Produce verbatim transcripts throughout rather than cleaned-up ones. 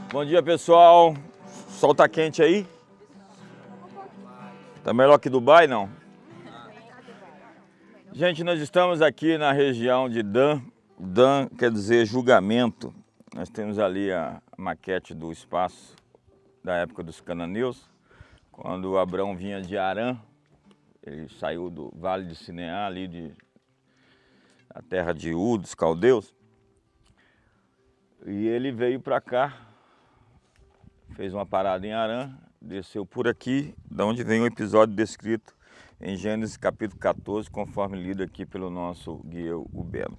Bom dia, pessoal. O sol tá quente aí? Tá melhor que Dubai, não? Gente, nós estamos aqui na região de Dan. Dan quer dizer julgamento. Nós temos ali a maquete do espaço da época dos cananeus, quando Abrão vinha de Harã. Ele saiu do Vale de Sineá, ali de a terra de Ur, dos caldeus. E ele veio para cá, fez uma parada em Harã, desceu por aqui, da onde vem o episódio descrito em Gênesis capítulo quatorze, conforme lido aqui pelo nosso guia, o Belo.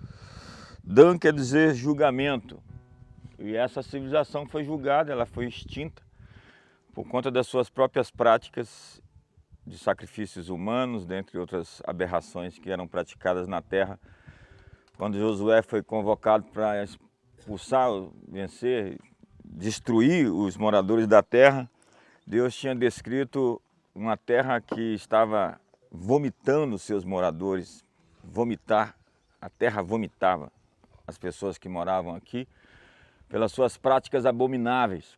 Dan quer dizer julgamento, e essa civilização foi julgada, ela foi extinta por conta das suas próprias práticas de sacrifícios humanos, dentre outras aberrações que eram praticadas na terra. Quando Josué foi convocado para expulsar, vencer, destruir os moradores da terra, Deus tinha descrito uma terra que estava vomitando seus moradores, vomitar, a terra vomitava as pessoas que moravam aqui pelas suas práticas abomináveis.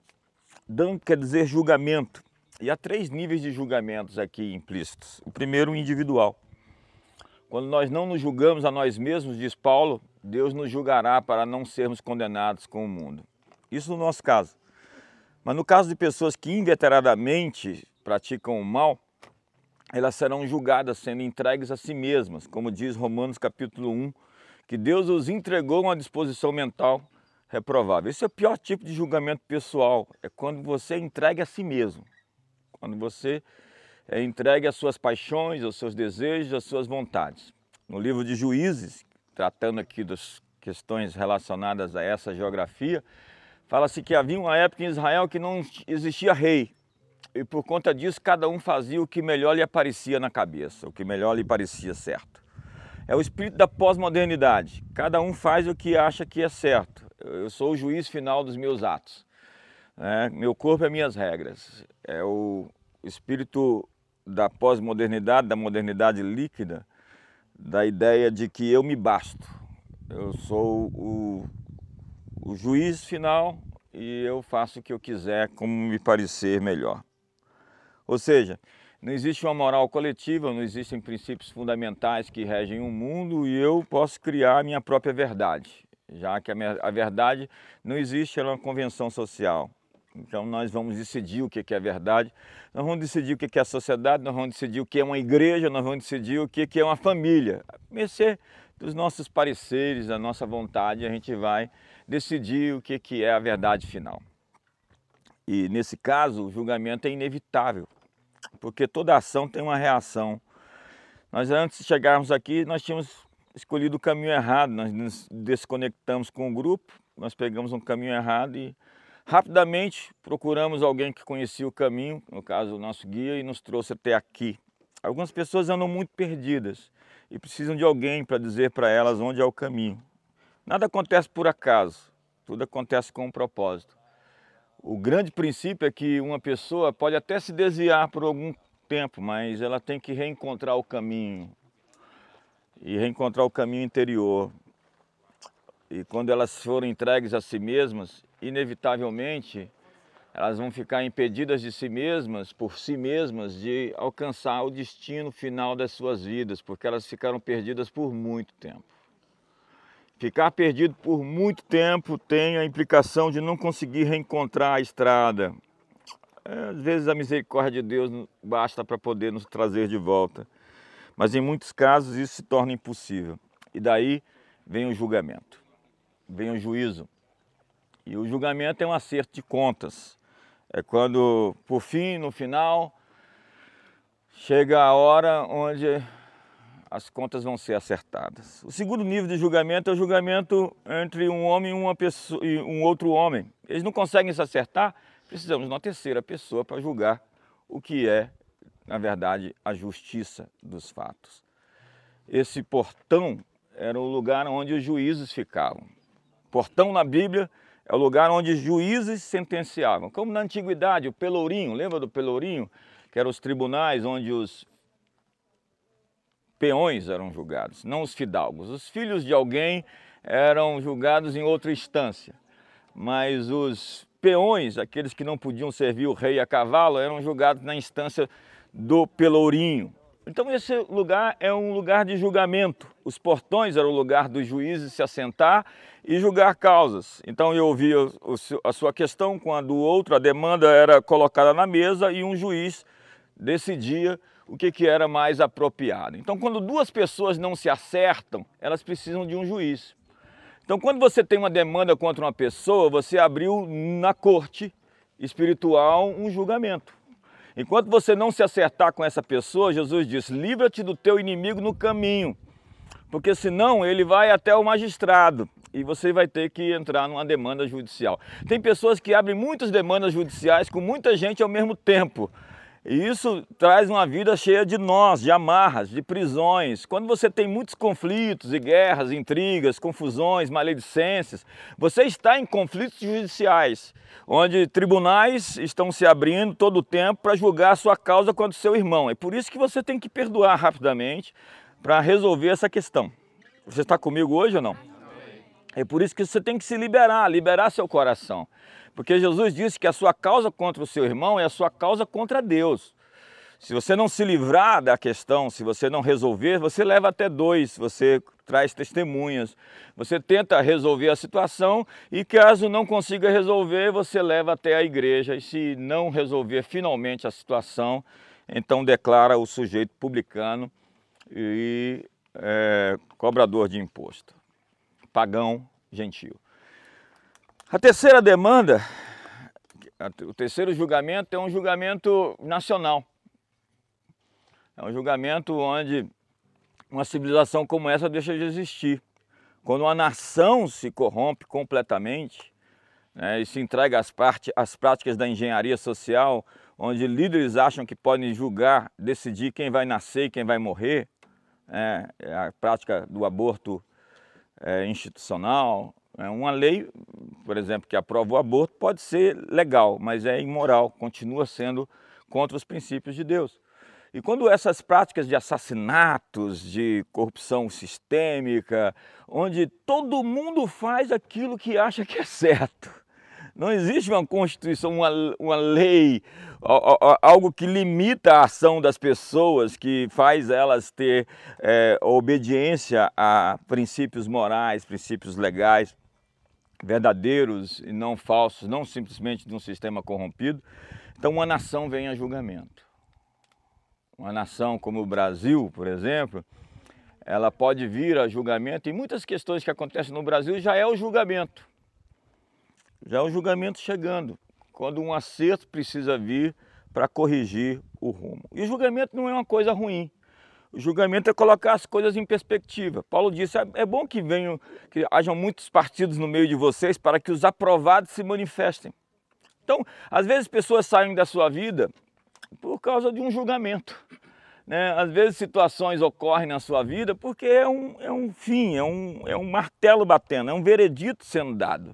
Dan quer dizer julgamento, e há três níveis de julgamentos aqui implícitos. O primeiro, o individual. Quando nós não nos julgamos a nós mesmos, diz Paulo, Deus nos julgará para não sermos condenados com o mundo. Isso no nosso caso. Mas no caso de pessoas que inveteradamente praticam o mal, elas serão julgadas sendo entregues a si mesmas, como diz Romanos capítulo um, que Deus os entregou a uma disposição mental reprovável. Esse é o pior tipo de julgamento pessoal, é quando você entrega a si mesmo, quando você é entregue às suas paixões, aos seus desejos, às suas vontades. No livro de Juízes, tratando aqui das questões relacionadas a essa geografia, fala-se que havia uma época em Israel que não existia rei, e por conta disso cada um fazia o que melhor lhe aparecia na cabeça, o que melhor lhe parecia certo. É o espírito da pós-modernidade, cada um faz o que acha que é certo. Eu sou o juiz final dos meus atos, né? Meu corpo é minhas regras. É o espírito da pós-modernidade, da modernidade líquida, da ideia de que eu me basto. Eu sou o, o juiz final e eu faço o que eu quiser, como me parecer melhor. Ou seja, não existe uma moral coletiva, não existem princípios fundamentais que regem o mundo e eu posso criar a minha própria verdade, já que a, minha, a verdade não existe, ela é uma convenção social. Então nós vamos decidir o que é verdade, nós vamos decidir o que é a sociedade, nós vamos decidir o que é uma igreja, nós vamos decidir o que é uma família. A mercê dos nossos pareceres, da nossa vontade, a gente vai decidir o que é a verdade final. E nesse caso, o julgamento é inevitável, porque toda ação tem uma reação. Nós antes de chegarmos aqui, nós tínhamos escolhido o caminho errado, nós nos desconectamos com o grupo, nós pegamos um caminho errado e rapidamente procuramos alguém que conhecia o caminho, no caso o nosso guia, e nos trouxe até aqui. Algumas pessoas andam muito perdidas e precisam de alguém para dizer para elas onde é o caminho. Nada acontece por acaso, tudo acontece com um propósito. O grande princípio é que uma pessoa pode até se desviar por algum tempo, mas ela tem que reencontrar o caminho, e reencontrar o caminho interior. E quando elas forem entregues a si mesmas, inevitavelmente, elas vão ficar impedidas de si mesmas, por si mesmas, de alcançar o destino final das suas vidas, porque elas ficaram perdidas por muito tempo. Ficar perdido por muito tempo tem a implicação de não conseguir reencontrar a estrada. Às vezes a misericórdia de Deus basta para poder nos trazer de volta, mas em muitos casos isso se torna impossível. E daí vem o julgamento, vem o juízo. E o julgamento é um acerto de contas. É quando, por fim, no final, chega a hora onde as contas vão ser acertadas. O segundo nível de julgamento é o julgamento entre um homem e, uma pessoa, e um outro homem. Eles não conseguem se acertar, precisamos de uma terceira pessoa para julgar o que é, na verdade, a justiça dos fatos. Esse portão era o lugar onde os juízes ficavam. Portão na Bíblia é o lugar onde os juízes sentenciavam. Como na antiguidade, o pelourinho, lembra do pelourinho? Que eram os tribunais onde os peões eram julgados, não os fidalgos. Os filhos de alguém eram julgados em outra instância. mas os peões, aqueles que não podiam servir o rei a cavalo, eram julgados na instância do pelourinho. Então esse lugar é um lugar de julgamento. Os portões eram o lugar dos juízes se assentar e julgar causas. Então eu ouvia a sua questão, quando o outro, a demanda era colocada na mesa e um juiz decidia o que, que era mais apropriado. Então quando duas pessoas não se acertam, elas precisam de um juiz. Então quando você tem uma demanda contra uma pessoa, você abriu na corte espiritual um julgamento. Enquanto você não se acertar com essa pessoa, Jesus disse, livra-te do teu inimigo no caminho, porque senão ele vai até o magistrado e você vai ter que entrar numa demanda judicial. Tem pessoas que abrem muitas demandas judiciais com muita gente ao mesmo tempo. E isso traz uma vida cheia de nós, de amarras, de prisões. Quando você tem muitos conflitos e guerras, intrigas, confusões, maledicências, você está em conflitos judiciais, onde tribunais estão se abrindo todo o tempo para julgar a sua causa contra o seu irmão. É por isso que você tem que perdoar rapidamente para resolver essa questão. Você está comigo hoje ou não? É por isso que você tem que se liberar, liberar seu coração. Porque Jesus disse que a sua causa contra o seu irmão é a sua causa contra Deus. Se você não se livrar da questão, se você não resolver, você leva até dois, você traz testemunhas. Você tenta resolver a situação e caso não consiga resolver, você leva até a igreja. E se não resolver finalmente a situação, então declara o sujeito publicano e é, cobrador de imposto, pagão gentil. A terceira demanda, o terceiro julgamento é um julgamento nacional. É um julgamento onde uma civilização como essa deixa de existir. Quando uma nação se corrompe completamente, né, e se entrega às, parte, às práticas da engenharia social, onde líderes acham que podem julgar, decidir quem vai nascer e quem vai morrer, né, a prática do aborto é, institucional. Uma lei, por exemplo, que aprova o aborto pode ser legal, mas é imoral, continua sendo contra os princípios de Deus. E quando essas práticas de assassinatos, de corrupção sistêmica, onde todo mundo faz aquilo que acha que é certo, não existe uma constituição, uma, uma lei, algo que limita a ação das pessoas, que faz elas ter é, obediência a princípios morais, princípios legais, verdadeiros e não falsos, não simplesmente de um sistema corrompido. Então uma nação vem a julgamento. Uma nação como o Brasil, por exemplo, ela pode vir a julgamento, e muitas questões que acontecem no Brasil já é o julgamento. Já é o julgamento chegando, quando um acerto precisa vir para corrigir o rumo. E o julgamento não é uma coisa ruim. O julgamento é colocar as coisas em perspectiva. Paulo disse, é bom que venham, que hajam muitos partidos no meio de vocês para que os aprovados se manifestem. Então, às vezes pessoas saem da sua vida por causa de um julgamento, né? Às vezes situações ocorrem na sua vida porque é um, é um fim, é um, é um martelo batendo, é um veredito sendo dado.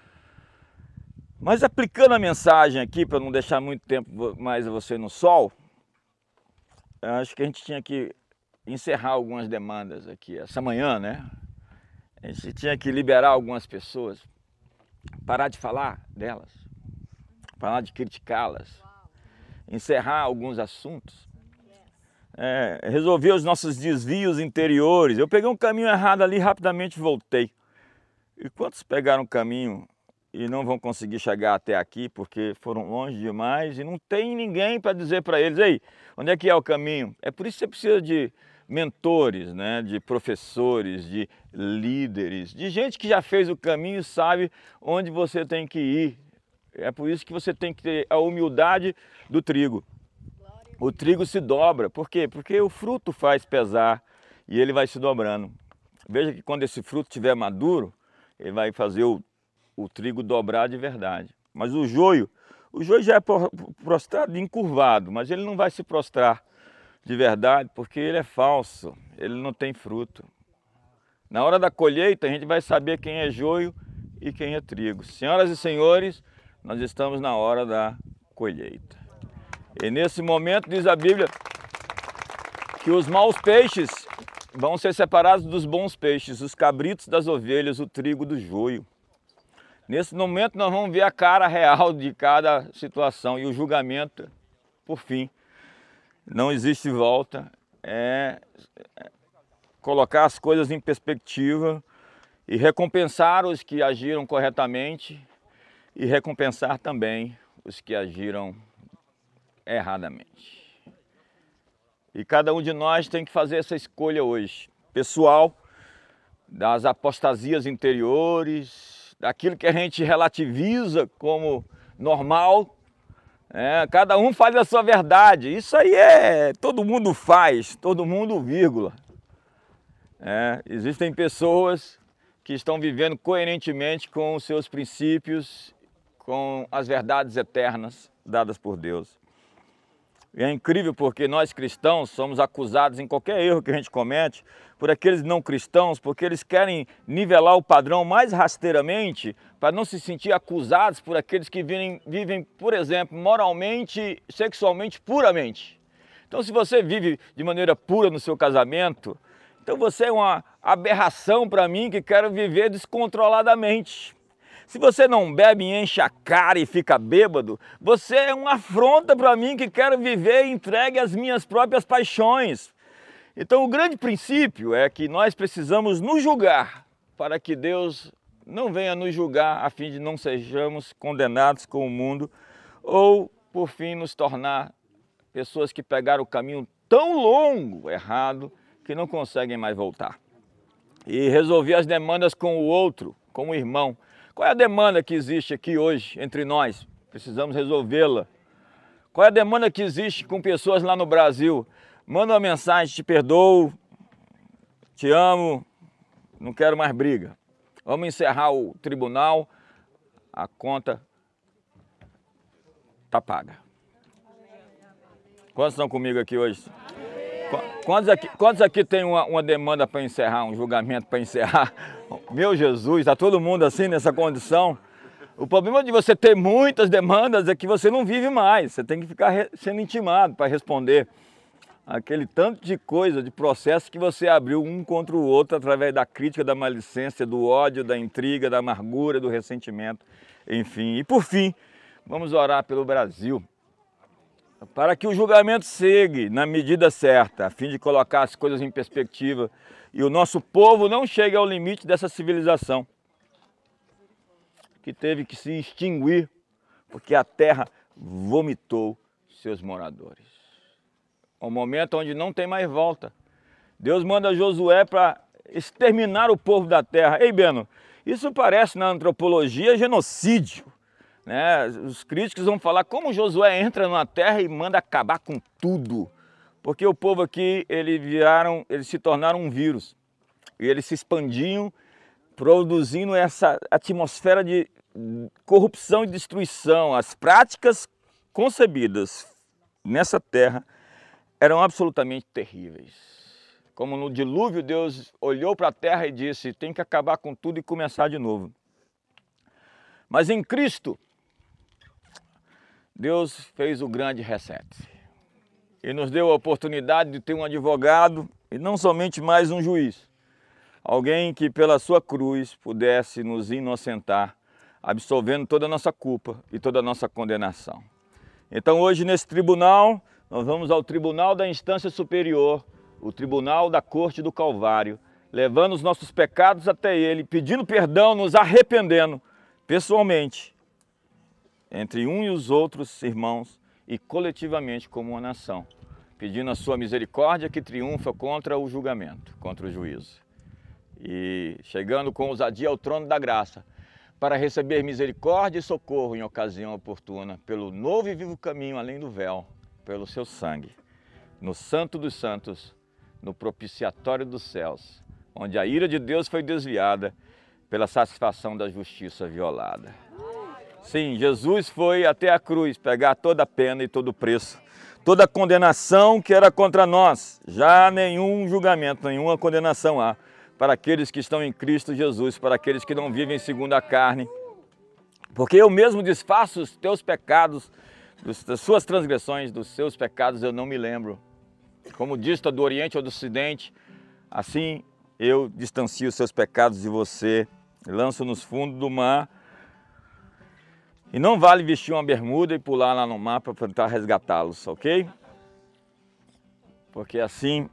Mas aplicando a mensagem aqui, para não deixar muito tempo mais você no sol, eu acho que a gente tinha que encerrar algumas demandas aqui essa manhã, né? A gente tinha que liberar algumas pessoas, parar de falar delas, parar de criticá-las, encerrar alguns assuntos, é, resolver os nossos desvios interiores. Eu peguei um caminho errado ali, rapidamente voltei. E quantos pegaram o caminho e não vão conseguir chegar até aqui porque foram longe demais e não tem ninguém para dizer para eles, ei, onde é que é o caminho? É por isso que você precisa de mentores, né, de professores, de líderes, de gente que já fez o caminho e sabe onde você tem que ir. É por isso que você tem que ter a humildade do trigo. O trigo se dobra. Por quê? Porque o fruto faz pesar e ele vai se dobrando. Veja que quando esse fruto estiver maduro, ele vai fazer o, o trigo dobrar de verdade. Mas o joio, o joio já é prostrado, encurvado, mas ele não vai se prostrar de verdade porque ele é falso, ele não tem fruto. Na hora da colheita a gente vai saber quem é joio e quem é trigo. Senhoras e senhores, nós estamos na hora da colheita. E nesse momento diz a Bíblia que os maus peixes vão ser separados dos bons peixes, os cabritos das ovelhas, o trigo do joio. Nesse momento nós vamos ver a cara real de cada situação e o julgamento, por fim, não existe volta, é colocar as coisas em perspectiva e recompensar os que agiram corretamente e recompensar também os que agiram erradamente. E cada um de nós tem que fazer essa escolha hoje, pessoal, das apostasias interiores, daquilo que a gente relativiza como normal. É, cada um faz a sua verdade. Isso aí é, todo mundo faz, todo mundo vírgula. É, existem pessoas que estão vivendo coerentemente com os seus princípios, com as verdades eternas dadas por Deus. E é incrível porque nós cristãos somos acusados em qualquer erro que a gente comete por aqueles não cristãos, porque eles querem nivelar o padrão mais rasteiramente para não se sentir acusados por aqueles que vivem, vivem, por exemplo, moralmente, sexualmente, puramente. Então, se você vive de maneira pura no seu casamento, então você é uma aberração para mim que quero viver descontroladamente. Se você não bebe e enche a cara e fica bêbado, você é uma afronta para mim que quero viver entregue às minhas próprias paixões. Então o grande princípio é que nós precisamos nos julgar para que Deus não venha nos julgar a fim de não sejamos condenados com o mundo ou, por fim, nos tornar pessoas que pegaram o caminho tão longo, errado, que não conseguem mais voltar. E resolver as demandas com o outro, com o irmão. Qual é a demanda que existe aqui hoje entre nós? Precisamos resolvê-la. Qual é a demanda que existe com pessoas lá no Brasil? Manda uma mensagem, te perdoo, te amo, não quero mais briga. Vamos encerrar o tribunal, a conta está paga. Quantos estão comigo aqui hoje? Quantos aqui, quantos aqui tem uma, uma demanda para encerrar, um julgamento para encerrar? Meu Jesus, está todo mundo assim nessa condição? O problema de você ter muitas demandas é que você não vive mais. Você tem que ficar re, sendo intimado para responder aquele tanto de coisa, de processo que você abriu um contra o outro através da crítica, da malicência, do ódio, da intriga, da amargura, do ressentimento, enfim. E por fim, vamos orar pelo Brasil, para que o julgamento chegue na medida certa, a fim de colocar as coisas em perspectiva e o nosso povo não chegue ao limite dessa civilização, que teve que se extinguir, porque a terra vomitou seus moradores. É um momento onde não tem mais volta. Deus manda Josué para exterminar o povo da terra. Ei, Beno, isso parece na antropologia genocídio. Né? Os críticos vão falar como Josué entra na terra e manda acabar com tudo. Porque o povo aqui, eles viraram, eles se tornaram um vírus. E eles se expandiam, produzindo essa atmosfera de corrupção e destruição. As práticas concebidas nessa terra eram absolutamente terríveis. Como no dilúvio, Deus olhou para a terra e disse, tem que acabar com tudo e começar de novo. Mas em Cristo, Deus fez o grande reset. E nos deu a oportunidade de ter um advogado e não somente mais um juiz. Alguém que pela sua cruz pudesse nos inocentar, absolvendo toda a nossa culpa e toda a nossa condenação. Então hoje nesse tribunal, nós vamos ao tribunal da instância superior, o tribunal da corte do Calvário, levando os nossos pecados até ele, pedindo perdão, nos arrependendo pessoalmente, entre um e os outros irmãos e coletivamente como uma nação, pedindo a sua misericórdia que triunfa contra o julgamento, contra o juízo. E chegando com ousadia ao trono da graça, para receber misericórdia e socorro em ocasião oportuna, pelo novo e vivo caminho além do véu, pelo seu sangue, no Santo dos Santos, no propiciatório dos céus, onde a ira de Deus foi desviada pela satisfação da justiça violada. Sim, Jesus foi até a cruz pegar toda a pena e todo o preço, toda a condenação que era contra nós. Já nenhum julgamento, nenhuma condenação há para aqueles que estão em Cristo Jesus, para aqueles que não vivem segundo a carne. Porque eu mesmo desfaço os teus pecados, das suas transgressões, dos seus pecados eu não me lembro. Como dista do Oriente ou do Ocidente, assim eu distancio os seus pecados de você, lanço nos fundos do mar, E não vale vestir uma bermuda e pular lá no mar para tentar resgatá-los, ok? Porque assim,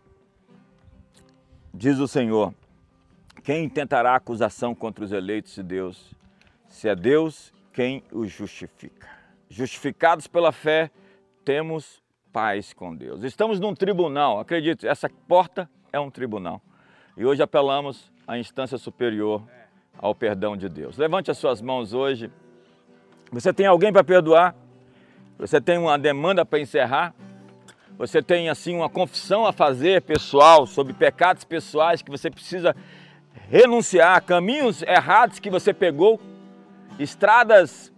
diz o Senhor, quem tentará acusação contra os eleitos de Deus, se é Deus quem os justifica. Justificados pela fé, temos paz com Deus. Estamos num tribunal, acredite, essa porta é um tribunal. E hoje apelamos à instância superior ao perdão de Deus. Levante as suas mãos hoje. Você tem alguém para perdoar? Você tem uma demanda para encerrar? Você tem assim uma confissão a fazer pessoal sobre pecados pessoais que você precisa renunciar, caminhos errados que você pegou, estradas,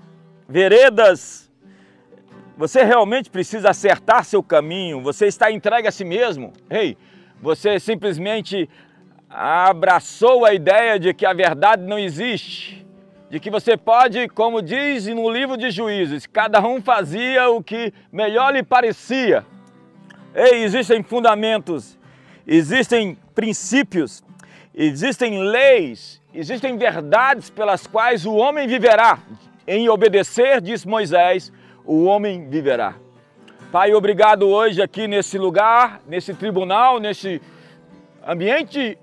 veredas. Você realmente precisa acertar seu caminho, você está entregue a si mesmo. Ei, você simplesmente abraçou a ideia de que a verdade não existe, de que você pode, como diz no livro de Juízes, cada um fazia o que melhor lhe parecia. Ei, existem fundamentos, existem princípios, existem leis, existem verdades pelas quais o homem viverá. Em obedecer, diz Moisés, o homem viverá. Pai, obrigado hoje aqui nesse lugar, nesse tribunal, nesse ambiente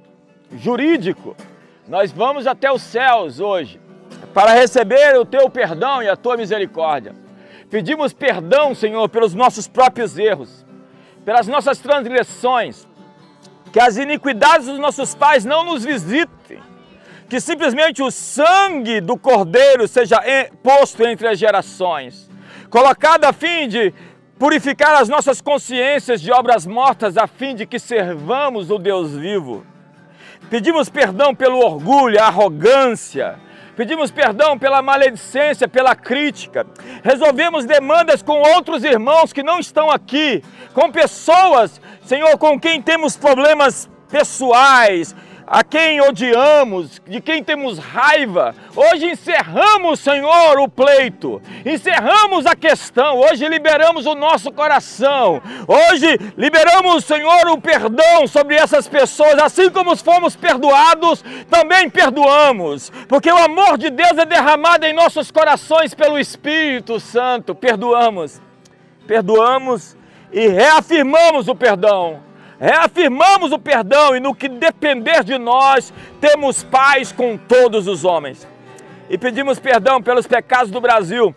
jurídico. Nós vamos até os céus hoje para receber o teu perdão e a tua misericórdia. Pedimos perdão, Senhor, pelos nossos próprios erros, pelas nossas transgressões, que as iniquidades dos nossos pais não nos visitem, que simplesmente o sangue do Cordeiro seja posto entre as gerações, colocado a fim de purificar as nossas consciências de obras mortas, a fim de que servamos o Deus vivo. Pedimos perdão pelo orgulho, a arrogância, pedimos perdão pela maledicência, pela crítica. Resolvemos demandas com outros irmãos que não estão aqui, com pessoas, Senhor, com quem temos problemas pessoais, a quem odiamos, de quem temos raiva. Hoje encerramos, Senhor, o pleito, encerramos a questão, hoje liberamos o nosso coração, hoje liberamos, Senhor, o perdão sobre essas pessoas, assim como fomos perdoados, também perdoamos, porque o amor de Deus é derramado em nossos corações pelo Espírito Santo. Perdoamos, perdoamos e reafirmamos o perdão. Reafirmamos o perdão e no que depender de nós, temos paz com todos os homens. E pedimos perdão pelos pecados do Brasil,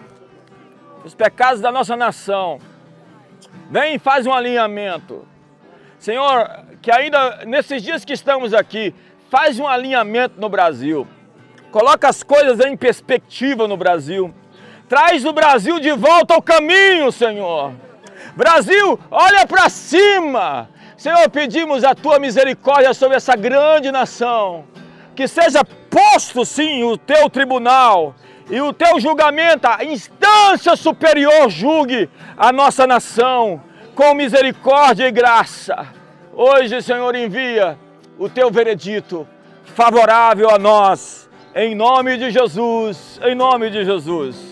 os pecados da nossa nação. Vem e faz um alinhamento. Senhor, que ainda nesses dias que estamos aqui, faz um alinhamento no Brasil. Coloca as coisas em perspectiva no Brasil. Traz o Brasil de volta ao caminho, Senhor. Brasil, olha para cima. Senhor, pedimos a tua misericórdia sobre essa grande nação. Que seja posto, sim, o teu tribunal e o teu julgamento, a instância superior julgue a nossa nação com misericórdia e graça. Hoje, Senhor, envia o teu veredito favorável a nós. Em nome de Jesus, em nome de Jesus.